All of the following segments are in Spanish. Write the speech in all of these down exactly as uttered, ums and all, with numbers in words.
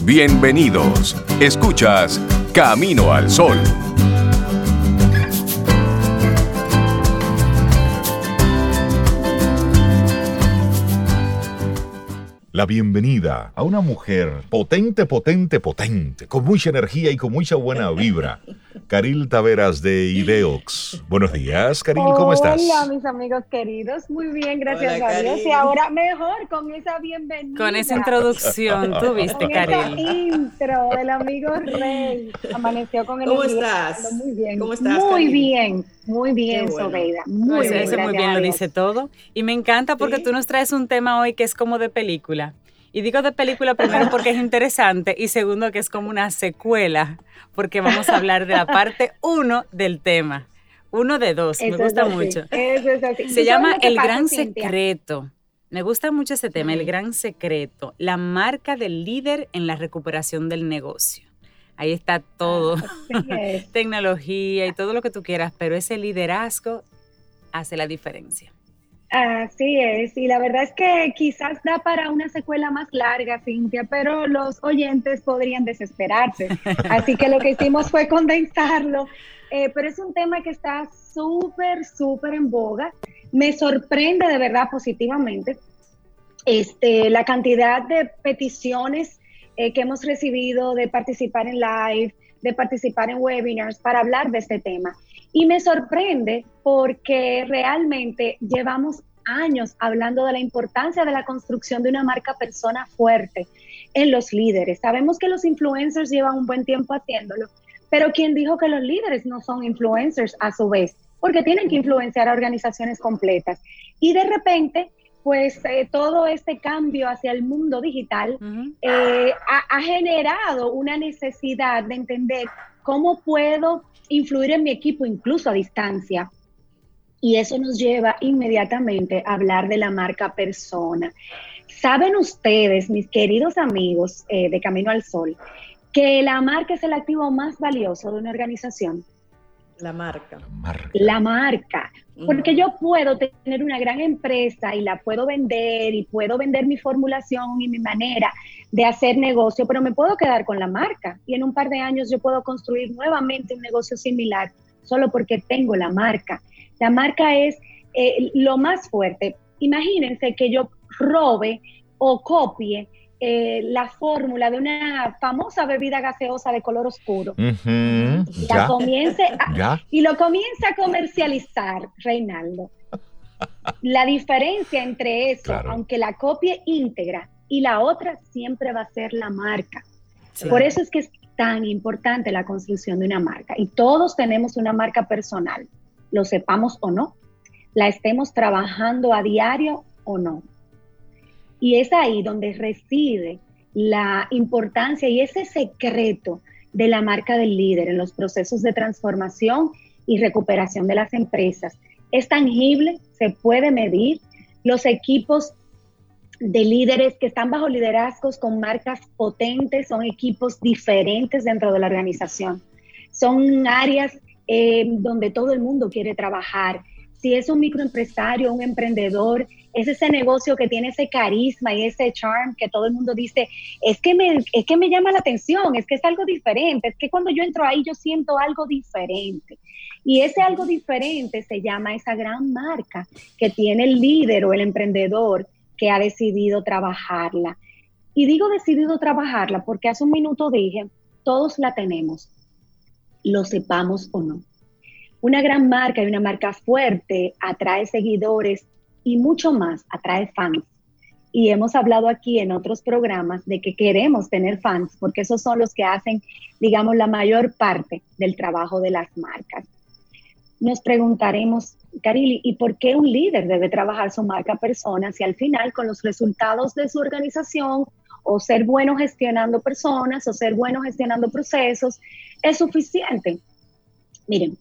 Bienvenidos. Escuchas Camino al Sol. La bienvenida a una mujer potente, potente, potente, con mucha energía y con mucha buena vibra. Caril Taveras de Ideox. Buenos días, Caril, ¿cómo estás? Hola, mis amigos queridos. Muy bien, gracias Hola, a Dios. Caril. Y ahora mejor con esa bienvenida. Con esa introducción, tú viste, Con esa Caril. intro del amigo Rey. Amaneció con el ¿Cómo estás? Muy bien. ¿Cómo estás, Muy Caril? bien, muy bien, Qué bueno. Sobeida. Muy Pues bien, eso muy gracias bien a lo Dios. dice todo. Y me encanta porque Sí. tú nos traes un tema hoy que es como de película. Y digo de película primero porque es interesante y segundo que es como una secuela porque vamos a hablar de la parte uno del tema. Uno de dos, Eso me gusta es así, mucho. Eso es así. ¿Tú Se sabes llama lo que El pasa, Gran Cintia? Secreto. Me gusta mucho ese tema, Sí. El Gran Secreto. La marca del líder en la recuperación del negocio. Ahí está todo. Así es. Tecnología y todo lo que tú quieras, pero ese liderazgo hace la diferencia. Así es, y la verdad es que quizás da para una secuela más larga, Cintia, pero los oyentes podrían desesperarse. Así que lo que hicimos fue condensarlo, eh, pero es un tema que está súper, súper en boga. Me sorprende de verdad positivamente este, la cantidad de peticiones eh, que hemos recibido de participar en live, de participar en webinars para hablar de este tema. Y me sorprende porque realmente llevamos años hablando de la importancia de la construcción de una marca persona fuerte en los líderes. Sabemos que los influencers llevan un buen tiempo haciéndolo, pero ¿quién dijo que los líderes no son influencers a su vez? Porque tienen que influenciar a organizaciones completas. Y de repente, pues eh, todo este cambio hacia el mundo digital Uh-huh. eh, ha, ha generado una necesidad de entender cómo puedo influir en mi equipo incluso a distancia. Y eso nos lleva inmediatamente a hablar de la marca persona. ¿Saben ustedes, mis queridos amigos eh, de Camino al Sol, que la marca es el activo más valioso de una organización? La marca. La marca. La marca. Porque Ujú. yo puedo tener una gran empresa y la puedo vender y puedo vender mi formulación y mi manera de hacer negocio, pero me puedo quedar con la marca y en un par de años yo puedo construir nuevamente un negocio similar solo porque tengo la marca. La marca es eh, lo más fuerte. Imagínense que yo robe o copie eh, la fórmula de una famosa bebida gaseosa de color oscuro. Ujú. Y la Ya, comience a- ya. y lo comienza a comercializar, Reinaldo. La diferencia entre eso, Claro. aunque la copie íntegra y la otra, siempre va a ser la marca. Sí. Por eso es que es tan importante la construcción de una marca. Y todos tenemos una marca personal, lo sepamos o no, la estemos trabajando a diario o no. Y es ahí donde reside la importancia y ese secreto de la marca del líder en los procesos de transformación y recuperación de las empresas. Es tangible, se puede medir. Los equipos de líderes que están bajo liderazgos con marcas potentes son equipos diferentes dentro de la organización. Son áreas eh, donde todo el mundo quiere trabajar. Si es un microempresario, un emprendedor, es ese negocio que tiene ese carisma y ese charm que todo el mundo dice, es que me, es que me llama la atención, es que es algo diferente, es que cuando yo entro ahí yo siento algo diferente. Y ese algo diferente se llama esa gran marca que tiene el líder o el emprendedor que ha decidido trabajarla. Y digo decidido trabajarla porque hace un minuto dije, todos la tenemos, lo sepamos o no. Una gran marca y una marca fuerte atrae seguidores y mucho más, atrae fans. Y hemos hablado aquí en otros programas de que queremos tener fans porque esos son los que hacen, digamos, la mayor parte del trabajo de las marcas. Nos preguntaremos, Carili, ¿y por qué un líder debe trabajar su marca persona si al final con los resultados de su organización o ser bueno gestionando personas o ser bueno gestionando procesos es suficiente? Miren,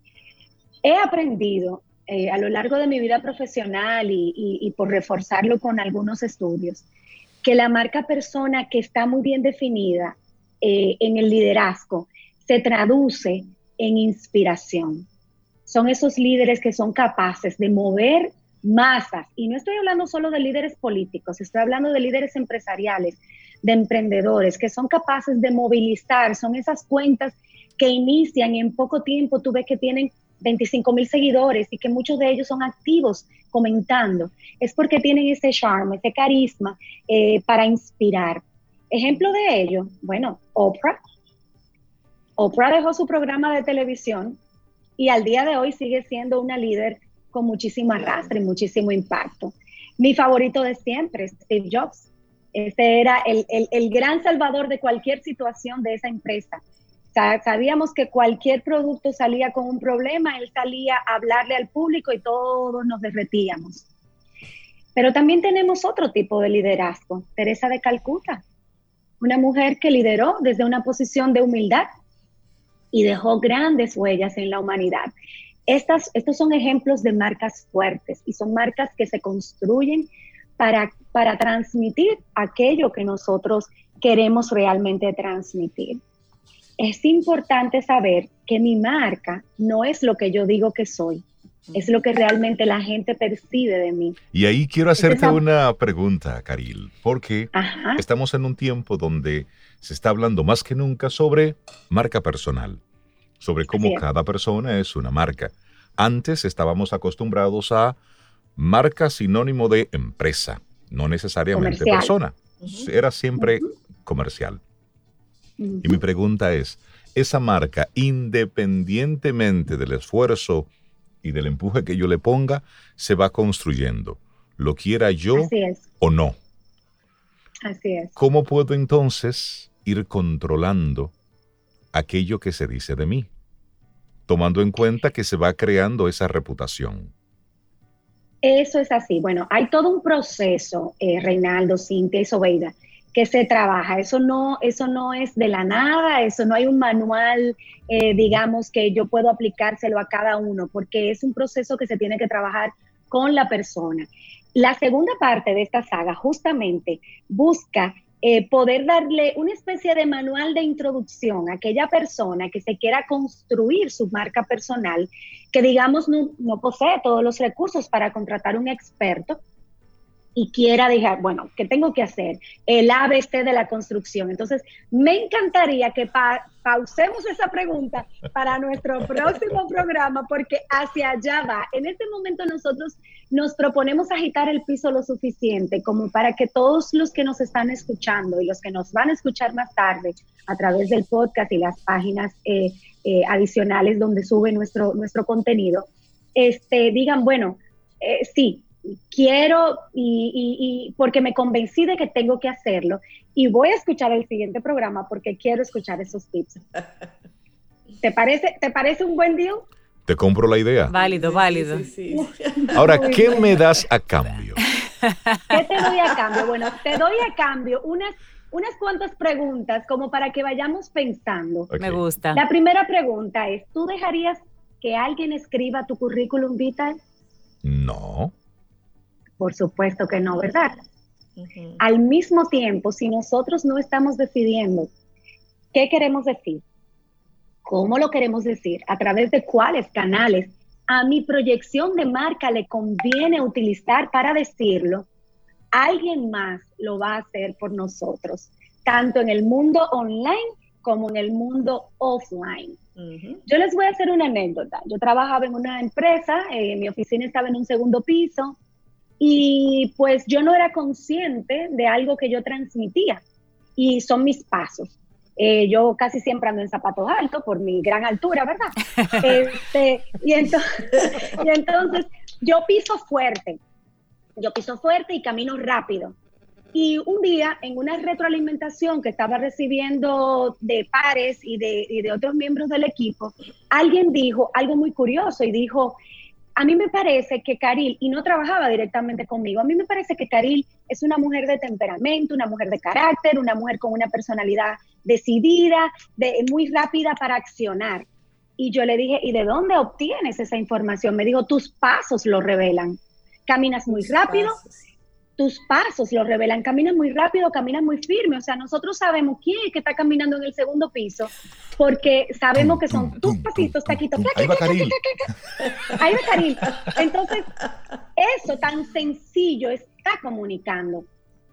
he aprendido eh, a lo largo de mi vida profesional y, y, y por reforzarlo con algunos estudios, que la marca persona que está muy bien definida eh, en el liderazgo se traduce en inspiración. Son esos líderes que son capaces de mover masas, y no estoy hablando solo de líderes políticos, estoy hablando de líderes empresariales, de emprendedores que son capaces de movilizar, son esas cuentas que inician y en poco tiempo tú ves que tienen veinticinco mil seguidores y que muchos de ellos son activos comentando. Es porque tienen ese charme, ese carisma eh, para inspirar. Ejemplo de ello, bueno, Oprah. Oprah dejó su programa de televisión y al día de hoy sigue siendo una líder con muchísimo arrastre y muchísimo impacto. Mi favorito de siempre, Steve Jobs. Este era el, el, el gran salvador de cualquier situación de esa empresa. Sabíamos que cualquier producto salía con un problema, él salía a hablarle al público y todos nos derretíamos. Pero también tenemos otro tipo de liderazgo, Teresa de Calcuta, una mujer que lideró desde una posición de humildad y dejó grandes huellas en la humanidad. Estas, estos son ejemplos de marcas fuertes y son marcas que se construyen para, para transmitir aquello que nosotros queremos realmente transmitir. Es importante saber que mi marca no es lo que yo digo que soy, es lo que realmente la gente percibe de mí. Y ahí quiero hacerte Esa... una pregunta, Caril, porque Ajá. estamos en un tiempo donde se está hablando más que nunca sobre marca personal, sobre cómo cada persona es una marca. Antes estábamos acostumbrados a marca sinónimo de empresa, no necesariamente comercial. Persona, Uh-huh. era siempre uh-huh. comercial. Uh-huh. Y mi pregunta es, esa marca, independientemente del esfuerzo y del empuje que yo le ponga, se va construyendo, lo quiera yo Así es. o no. Así es. ¿Cómo puedo entonces ir controlando aquello que se dice de mí, tomando en cuenta que se va creando esa reputación? Eso es así. Bueno, hay todo un proceso, eh, Reinaldo, Cintia y Sobeida, que se trabaja. Eso no, eso no es de la nada, eso no hay un manual, eh, digamos, que yo puedo aplicárselo a cada uno, porque es un proceso que se tiene que trabajar con la persona. La segunda parte de esta saga justamente busca eh, poder darle una especie de manual de introducción a aquella persona que se quiera construir su marca personal, que digamos no, no posee todos los recursos para contratar un experto y quiera dejar, bueno, ¿qué tengo que hacer? El A B C de la construcción. Entonces, me encantaría que pa pausemos esa pregunta para nuestro próximo programa, porque hacia allá va. En este momento nosotros nos proponemos agitar el piso lo suficiente como para que todos los que nos están escuchando y los que nos van a escuchar más tarde a través del podcast y las páginas eh, eh, adicionales donde sube nuestro, nuestro contenido, este, digan, bueno, eh, sí, quiero y, y, y porque me convencí de que tengo que hacerlo y voy a escuchar el siguiente programa porque quiero escuchar esos tips. ¿Te parece, ¿te parece un buen deal? Te compro la idea. Válido, válido. Sí, sí, sí. Ahora, ¿qué me das a cambio? ¿Qué te doy a cambio? Bueno, te doy a cambio unas, unas cuantas preguntas como para que vayamos pensando. Okay. Me gusta. La primera pregunta es, ¿tú dejarías que alguien escriba tu currículum vitae? No. Por supuesto que no, ¿verdad? Uh-huh. Al mismo tiempo, si nosotros no estamos decidiendo qué queremos decir, cómo lo queremos decir, a través de cuáles canales a mi proyección de marca le conviene utilizar para decirlo, alguien más lo va a hacer por nosotros, tanto en el mundo online como en el mundo offline. Uh-huh. Yo les voy a hacer una anécdota. Yo trabajaba en una empresa, eh, mi oficina estaba en un segundo piso, y pues yo no era consciente de algo que yo transmitía, y son mis pasos. Eh, yo casi siempre ando en zapatos altos por mi gran altura, ¿verdad? este, y, entonces, y entonces yo piso fuerte, yo piso fuerte y camino rápido. Y un día, en una retroalimentación que estaba recibiendo de pares y de, y de otros miembros del equipo, alguien dijo algo muy curioso y dijo, a mí me parece que Caril, y no trabajaba directamente conmigo, a mí me parece que Caril es una mujer de temperamento, una mujer de carácter, una mujer con una personalidad decidida, de, muy rápida para accionar. Y yo le dije, ¿y de dónde obtienes esa información? Me dijo, tus pasos lo revelan. Caminas muy rápido, tus pasos lo revelan. Caminas muy rápido, caminas muy firme. O sea, nosotros sabemos quién es que está caminando en el segundo piso, porque sabemos que son tus pasitos, taquitos. Ahí va Caril. Ahí va Caril. Entonces, eso tan sencillo está comunicando.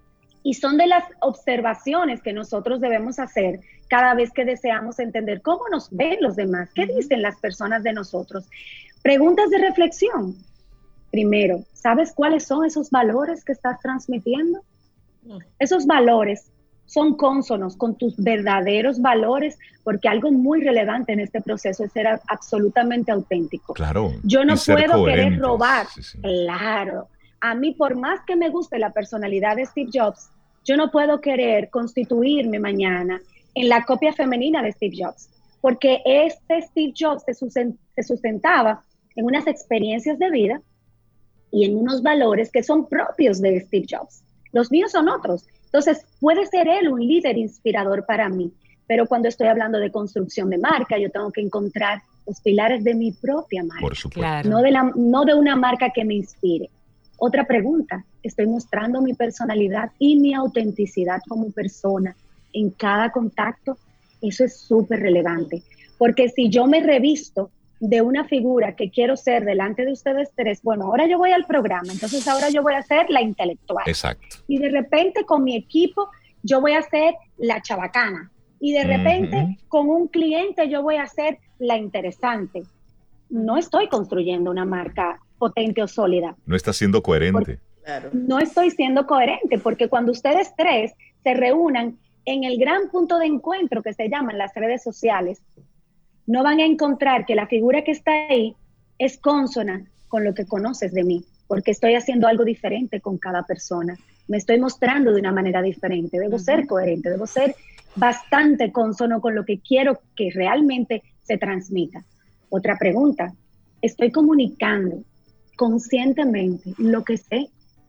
Y son de las observaciones que nosotros debemos hacer cada vez que deseamos entender cómo nos ven los demás, qué dicen las personas de nosotros. Preguntas de reflexión. Primero, ¿sabes cuáles son esos valores que estás transmitiendo? Esos valores son cónsonos con tus verdaderos valores, porque algo muy relevante en este proceso es ser absolutamente auténtico. Claro. Yo no puedo querer robar. Sí, sí. Claro. A mí, por más que me guste la personalidad de Steve Jobs, yo no puedo querer constituirme mañana en la copia femenina de Steve Jobs, porque este Steve Jobs se sustentaba en unas experiencias de vida y en unos valores que son propios de Steve Jobs. Los míos son otros. Entonces, puede ser él un líder inspirador para mí, pero cuando estoy hablando de construcción de marca, yo tengo que encontrar los pilares de mi propia marca. Por supuesto. Claro. No de, la, no de una marca que me inspire. Otra pregunta, ¿estoy mostrando mi personalidad y mi autenticidad como persona en cada contacto? Eso es súper relevante, porque si yo me revisto de una figura que quiero ser delante de ustedes tres, bueno, ahora yo voy al programa, entonces ahora yo voy a ser la intelectual. Exacto. Y de repente con mi equipo yo voy a ser la chabacana. Y de repente uh-huh. con un cliente yo voy a ser la interesante. No estoy construyendo una marca potente o sólida. No está siendo coherente. Claro. No estoy siendo coherente, porque cuando ustedes tres se reúnan en el gran punto de encuentro que se llaman las redes sociales, no van a encontrar que la figura que está ahí es consona con lo que conoces de mí, porque estoy haciendo algo diferente con cada persona. Me estoy mostrando de una manera diferente. Debo uh-huh. ser coherente, debo ser bastante consono con lo que quiero que realmente se transmita. Otra pregunta, ¿estoy comunicando conscientemente lo que sé?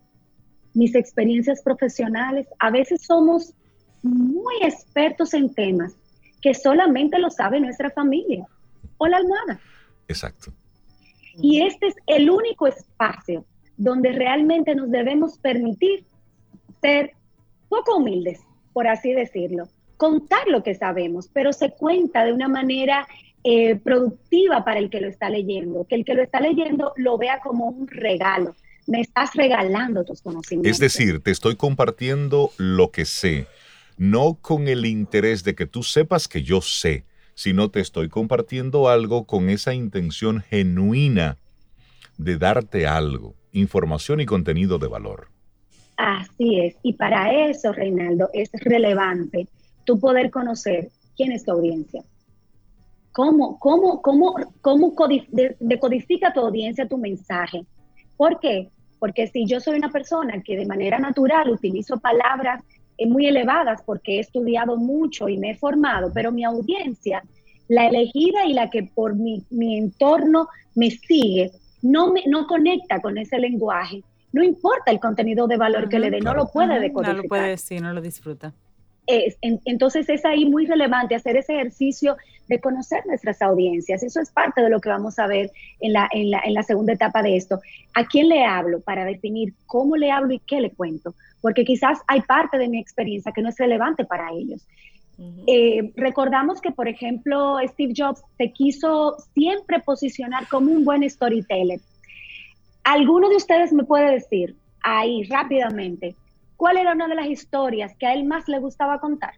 Mis experiencias profesionales, a veces somos muy expertos en temas que solamente lo sabe nuestra familia o la almohada. Exacto. Y este es el único espacio donde realmente nos debemos permitir ser poco humildes, por así decirlo. Contar lo que sabemos, pero se cuenta de una manera eh, productiva para el que lo está leyendo, que el que lo está leyendo lo vea como un regalo. Me estás regalando tus conocimientos. Es decir, te estoy compartiendo lo que sé, no con el interés de que tú sepas que yo sé, sino te estoy compartiendo algo con esa intención genuina de darte algo, información y contenido de valor. Así es, y para eso, Reinaldo, es relevante tú poder conocer quién es tu audiencia. ¿Cómo, cómo, cómo, cómo decodifica tu audiencia tu mensaje? ¿Por qué? Porque si yo soy una persona que de manera natural utilizo palabras muy elevadas porque he estudiado mucho y me he formado, pero mi audiencia, la elegida y la que por mi, mi entorno me sigue, no, me, no conecta con ese lenguaje, no importa el contenido de valor uh-huh, que le dé, claro. no lo puede decodificar. No lo puede decir, no lo disfruta. Es, en, entonces es ahí muy relevante hacer ese ejercicio de conocer nuestras audiencias. Eso es parte de lo que vamos a ver en la, en la, en la segunda etapa de esto. ¿A quién le hablo? Para definir cómo le hablo y qué le cuento. Porque quizás hay parte de mi experiencia que no es relevante para ellos. Uh-huh. Eh, recordamos que, por ejemplo, Steve Jobs se quiso siempre posicionar como un buen storyteller. ¿Alguno de ustedes me puede decir ahí rápidamente cuál era una de las historias que a él más le gustaba contar?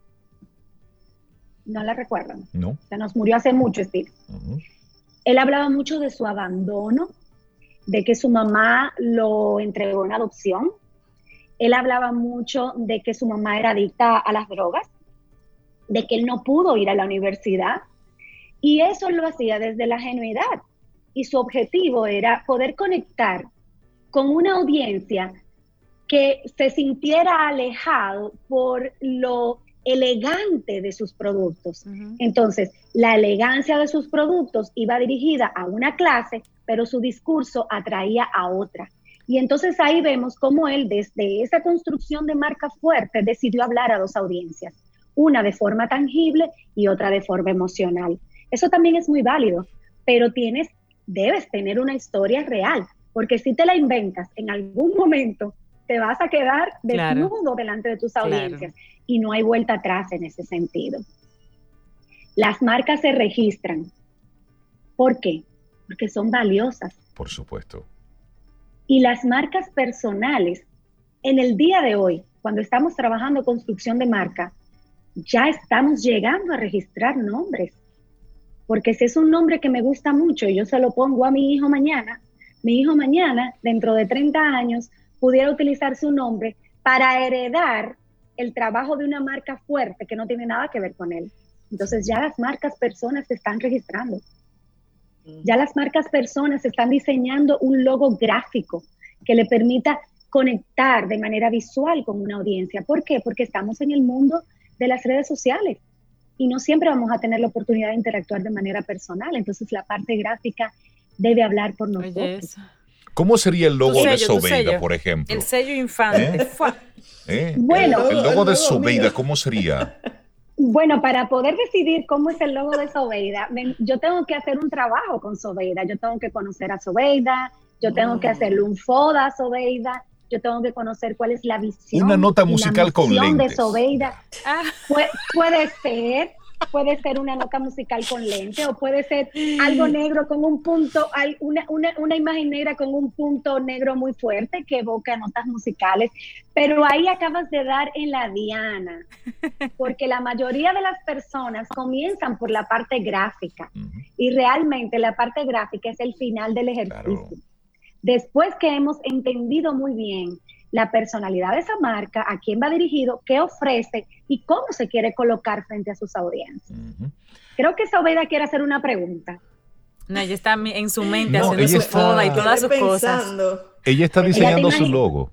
¿No la recuerdan? No. Se nos murió hace mucho, Steve. Uh-huh. Él hablaba mucho de su abandono, de que su mamá lo entregó en adopción. Él hablaba mucho de que su mamá era adicta a las drogas, de que él no pudo ir a la universidad. Y eso lo hacía desde la genuidad. Y su objetivo era poder conectar con una audiencia que se sintiera alejado por lo elegante de sus productos. Uh-huh. Entonces, la elegancia de sus productos iba dirigida a una clase, pero su discurso atraía a otra. Y entonces ahí vemos cómo él, desde esa construcción de marca fuerte, decidió hablar a dos audiencias, una de forma tangible y otra de forma emocional. Eso también es muy válido, pero tienes, debes tener una historia real, porque si te la inventas en algún momento, te vas a quedar desnudo claro. delante de tus audiencias claro. y no hay vuelta atrás en ese sentido. Las marcas se registran. ¿Por qué? Porque son valiosas. Por supuesto. Y las marcas personales, en el día de hoy, cuando estamos trabajando construcción de marca, ya estamos llegando a registrar nombres. Porque si es un nombre que me gusta mucho y yo se lo pongo a mi hijo mañana, mi hijo mañana, dentro de treinta años, pudiera utilizar su nombre para heredar el trabajo de una marca fuerte que no tiene nada que ver con él. Entonces ya las marcas personas se están registrando. Ya las marcas personas están diseñando un logo gráfico que le permita conectar de manera visual con una audiencia. ¿Por qué? Porque estamos en el mundo de las redes sociales y no siempre vamos a tener la oportunidad de interactuar de manera personal. Entonces la parte gráfica debe hablar por nosotros. Oye, eso. ¿Cómo sería el logo sello, de Sobeida, por ejemplo? El sello infante. ¿Eh? ¿Eh? Bueno, el, el logo de el logo Sobeida, mío. ¿cómo sería? Bueno, para poder decidir cómo es el logo de Sobeida, me- yo tengo que hacer un trabajo con Sobeida. Yo tengo que conocer a Sobeida, yo tengo Mm. que hacerle un foda a Sobeida, yo tengo que conocer cuál es la visión. Una nota y la musical con misión de lentes. Sobeida. Ah, Pu- puede ser, puede ser una nota musical con lente o puede ser algo negro con un punto, al- una, una, una imagen negra con un punto negro muy fuerte que evoca notas musicales. Pero ahí acabas de dar en la diana, porque la mayoría de las personas comienzan por la parte gráfica Ujú. y realmente la parte gráfica es el final del ejercicio. Claro. Después que hemos entendido muy bien la personalidad de esa marca, a quién va dirigido, qué ofrece y cómo se quiere colocar frente a sus audiencias. Ujú. Creo que Sobeida quiere hacer una pregunta. no, ella está mi- en su mente No, haciendo ella su está- foda y todas sus Quedé cosas. pensando Ella está Ella te diseñando su imagina. logo.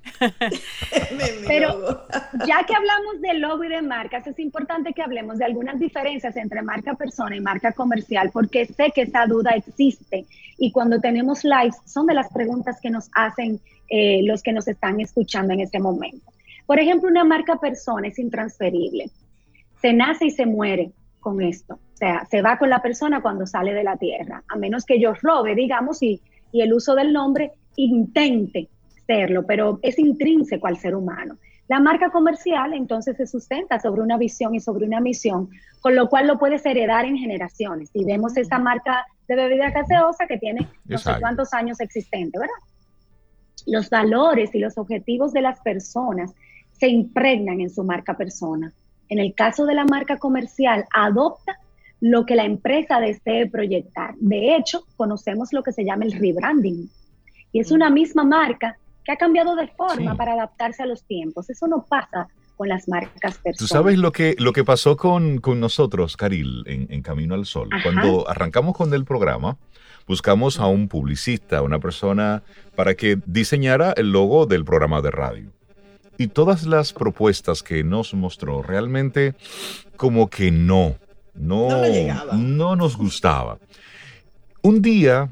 en mi Pero- logo. Ya que hablamos de logo y de marcas, es importante que hablemos de algunas diferencias entre marca persona y marca comercial, porque sé que esa duda existe y cuando tenemos lives son de las preguntas que nos hacen eh, los que nos están escuchando en este momento. Por ejemplo, una marca persona es intransferible. Se nace y se muere con esto. O sea, se va con la persona cuando sale de la tierra, a menos que yo robe, digamos, y, y el uso del nombre intente serlo, pero es intrínseco al ser humano. La marca comercial entonces se sustenta sobre una visión y sobre una misión, con lo cual lo puedes heredar en generaciones. Y vemos esta marca de bebida gaseosa que tiene no sé Exacto. cuántos años existente, ¿verdad? Los valores y los objetivos de las personas se impregnan en su marca persona. En el caso de la marca comercial, adopta lo que la empresa desee proyectar. De hecho, conocemos lo que se llama el rebranding. Y es una misma marca que ha cambiado de forma Sí. para adaptarse a los tiempos. Eso no pasa con las marcas personas. Tú sabes lo que, lo que pasó con, con nosotros, Caril, en, en Camino al Sol. Ajá. Cuando arrancamos con el programa, buscamos a un publicista, una persona para que diseñara el logo del programa de radio. Y todas las propuestas que nos mostró realmente como que no, no, No le llegaba. no nos gustaba. Un día,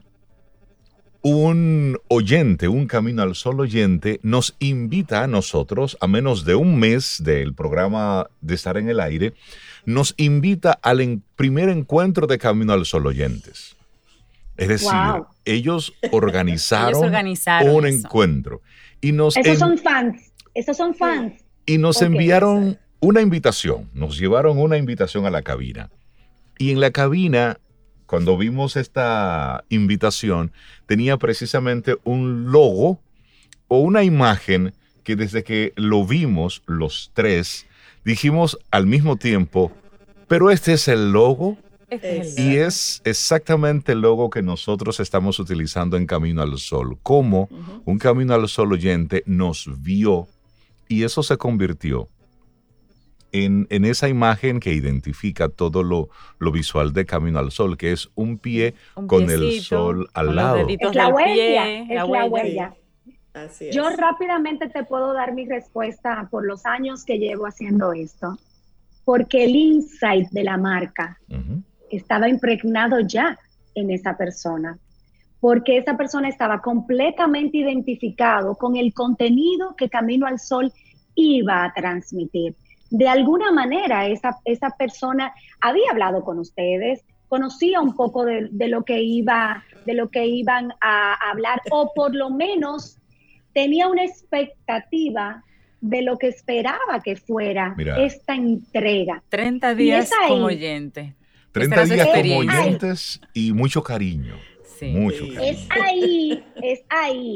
un oyente, un Camino al Sol oyente, nos invita a nosotros, a menos de un mes del programa de estar en el aire, nos invita al en- primer encuentro de Camino al Sol oyentes. Es decir, Wow. ellos organizaron, Ellos organizaron un eso. encuentro y nos, Esos en- son fans. Esos son fans. y nos Ok, enviaron una invitación, nos llevaron una invitación a la cabina. Y en la cabina, cuando vimos esta invitación, tenía precisamente un logo o una imagen que desde que lo vimos los tres, dijimos al mismo tiempo, pero este es el logo. Este es el Y logo. es exactamente el logo que nosotros estamos utilizando en Camino al Sol. Como Ujú. un Camino al Sol oyente nos vio y eso se convirtió en, en esa imagen que identifica todo lo, lo visual de Camino al Sol, que es un pie Un con el piecito, sol al con los lado. deditos Es la del huella, pie, es la la huella. huella. Así es. Yo rápidamente te puedo dar mi respuesta por los años que llevo haciendo esto, porque el insight de la marca Ujú. estaba impregnado ya en esa persona, porque esa persona estaba completamente identificado con el contenido que Camino al Sol iba a transmitir. De alguna manera esa, esa persona había hablado con ustedes, conocía un poco de, de lo que iba, de lo que iban a hablar, o por lo menos tenía una expectativa de lo que esperaba que fuera Mira. esta entrega. treinta Y días es ahí. como oyente. treinta Esa era su días como experiencia. oyentes y mucho cariño. Sí. Mucho Sí. cariño. Es ahí, es ahí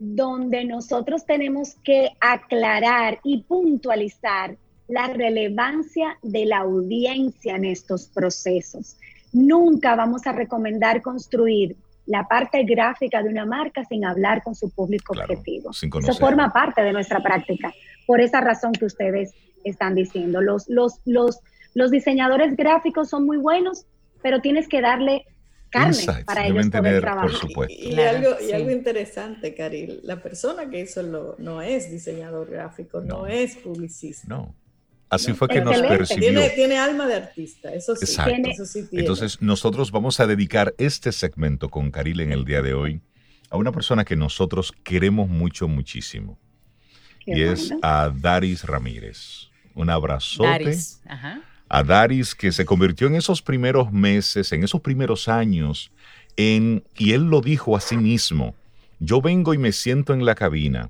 donde nosotros tenemos que aclarar y puntualizar la relevancia de la audiencia en estos procesos. Nunca vamos a recomendar construir la parte gráfica de una marca sin hablar con su público claro, objetivo. Eso forma parte de nuestra práctica, por esa razón que ustedes están diciendo. Los, los, los, los diseñadores gráficos son muy buenos, pero tienes que darle carne Insights, para ellos poder tener, trabajar. Por supuesto. Y, y, claro, algo, sí. y algo interesante, Caril, la persona que hizo lo no es diseñador gráfico, no, no es publicista. No. Así no, fue que excelente. Nos percibió. Tiene, tiene alma de artista, eso sí. Exacto. Eso sí tiene. Entonces, nosotros vamos a dedicar este segmento con Caril en el día de hoy a una persona que nosotros queremos mucho, muchísimo. Qué y bueno. Es a Daris Ramírez. Un abrazote. Daris. Ajá. A Daris, que se convirtió en esos primeros meses, en esos primeros años, en, y él lo dijo a sí mismo, yo vengo y me siento en la cabina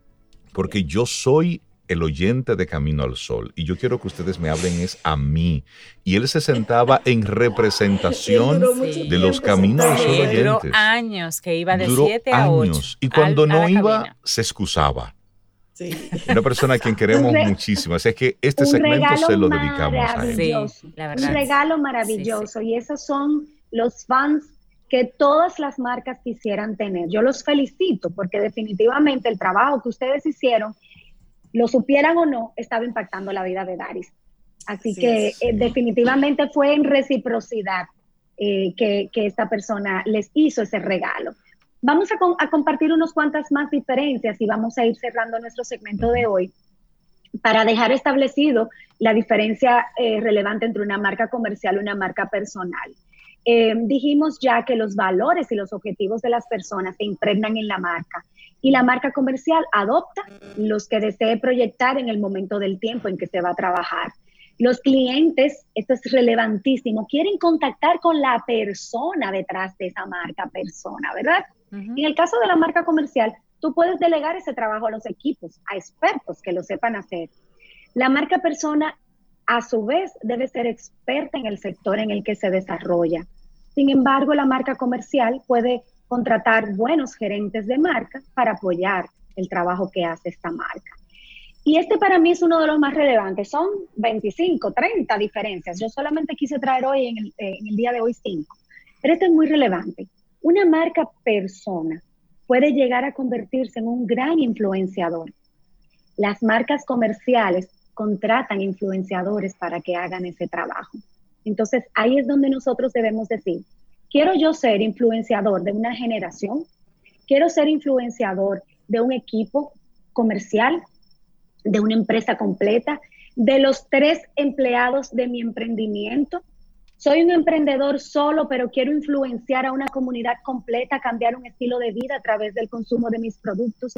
porque yo soy el oyente de Camino al Sol, y yo quiero que ustedes me hablen es a mí. Y él se sentaba en representación de los Camino al Sol oyentes. Duró años, que iba de siete a ocho. Y cuando al, no iba, cabina. Se excusaba. Sí. Una persona a quien queremos re, muchísimo. Así es que este segmento se lo dedicamos a él. Sí, la verdad. Un regalo maravilloso. Sí, sí. Y esos son los fans que todas las marcas quisieran tener. Yo los felicito porque definitivamente el trabajo que ustedes hicieron, lo supieran o no, estaba impactando la vida de Daris. Así sí, que sí. Eh, definitivamente fue en reciprocidad eh, que, que esta persona les hizo ese regalo. Vamos a, con, a compartir unos cuantas más diferencias y vamos a ir cerrando nuestro segmento de hoy para dejar establecido la diferencia eh, relevante entre una marca comercial y una marca personal. Eh, dijimos ya que los valores y los objetivos de las personas se impregnan en la marca y la marca comercial adopta los que desee proyectar en el momento del tiempo en que se va a trabajar. Los clientes, esto es relevantísimo, quieren contactar con la persona detrás de esa marca persona, ¿verdad? Uh-huh. En el caso de la marca comercial, tú puedes delegar ese trabajo a los equipos, a expertos que lo sepan hacer. La marca persona, a su vez, debe ser experta en el sector en el que se desarrolla. Sin embargo, la marca comercial puede contratar buenos gerentes de marca para apoyar el trabajo que hace esta marca. Y este para mí es uno de los más relevantes. Son veinticinco, treinta diferencias. Yo solamente quise traer hoy, en el, en el día de hoy, cinco. Pero este es muy relevante. Una marca persona puede llegar a convertirse en un gran influenciador. Las marcas comerciales contratan influenciadores para que hagan ese trabajo. Entonces, ahí es donde nosotros debemos decir, quiero yo ser influenciador de una generación, quiero ser influenciador de un equipo comercial, de una empresa completa, de los tres empleados de mi emprendimiento. Soy un emprendedor solo, pero quiero influenciar a una comunidad completa, cambiar un estilo de vida a través del consumo de mis productos.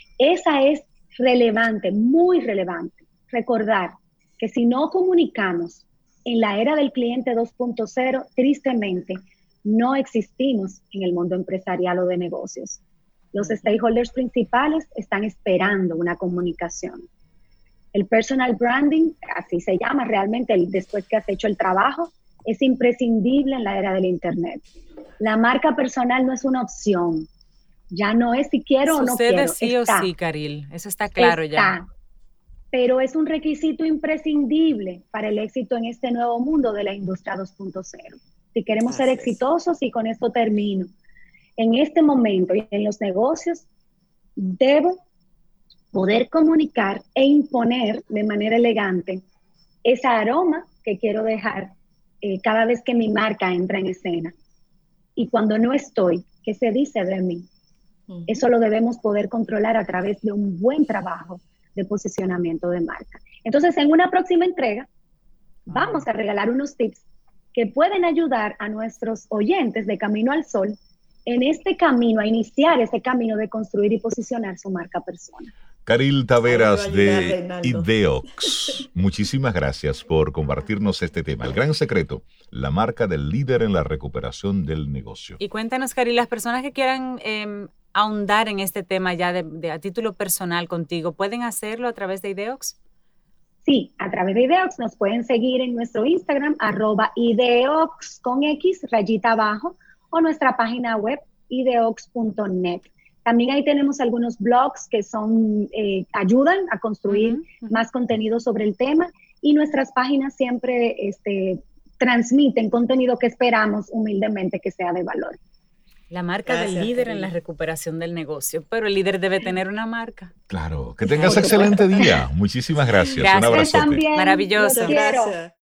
Esa es relevante, muy relevante. Recordar que si no comunicamos en la era del cliente dos punto cero, tristemente, no existimos en el mundo empresarial o de negocios. Los stakeholders principales están esperando una comunicación. El personal branding, así se llama realmente, el, después que has hecho el trabajo, es imprescindible en la era del Internet. La marca personal no es una opción. Ya no es si quiero Sucede o no quiero. sí está. o sí, Caril. Eso está claro está. ya. Pero es un requisito imprescindible para el éxito en este nuevo mundo de la industria dos punto cero. Si queremos Así ser exitosos, es. y con esto termino, en este momento y en los negocios, debo poder comunicar e imponer de manera elegante ese aroma que quiero dejar eh, cada vez que mi marca entra en escena. Y cuando no estoy, ¿qué se dice de mí? Uh-huh. Eso lo debemos poder controlar a través de un buen trabajo de posicionamiento de marca. Entonces, en una próxima entrega, uh-huh. vamos a regalar unos tips que pueden ayudar a nuestros oyentes de Camino al Sol en este camino, a iniciar ese camino de construir y posicionar su marca persona. Caril Taveras de Ideox, muchísimas gracias por compartirnos este tema. El gran secreto, la marca del líder en la recuperación del negocio. Y cuéntanos, Caril, las personas que quieran eh, ahondar en este tema ya de, de, a título personal contigo, ¿pueden hacerlo a través de Ideox? Sí, a través de Ideox nos pueden seguir en nuestro Instagram, arroba Ideox con X, rayita abajo, o nuestra página web, ideox punto net. También ahí tenemos algunos blogs que son, eh, ayudan a construir Uh-huh, uh-huh. más contenido sobre el tema, y nuestras páginas siempre este, transmiten contenido que esperamos humildemente que sea de valor. La marca Gracias, del líder Karina. en la recuperación del negocio, pero el líder debe tener una marca. Claro, que tengas excelente día. Muchísimas gracias. Gracias. Un abrazote. También, Maravilloso. los quiero. Gracias.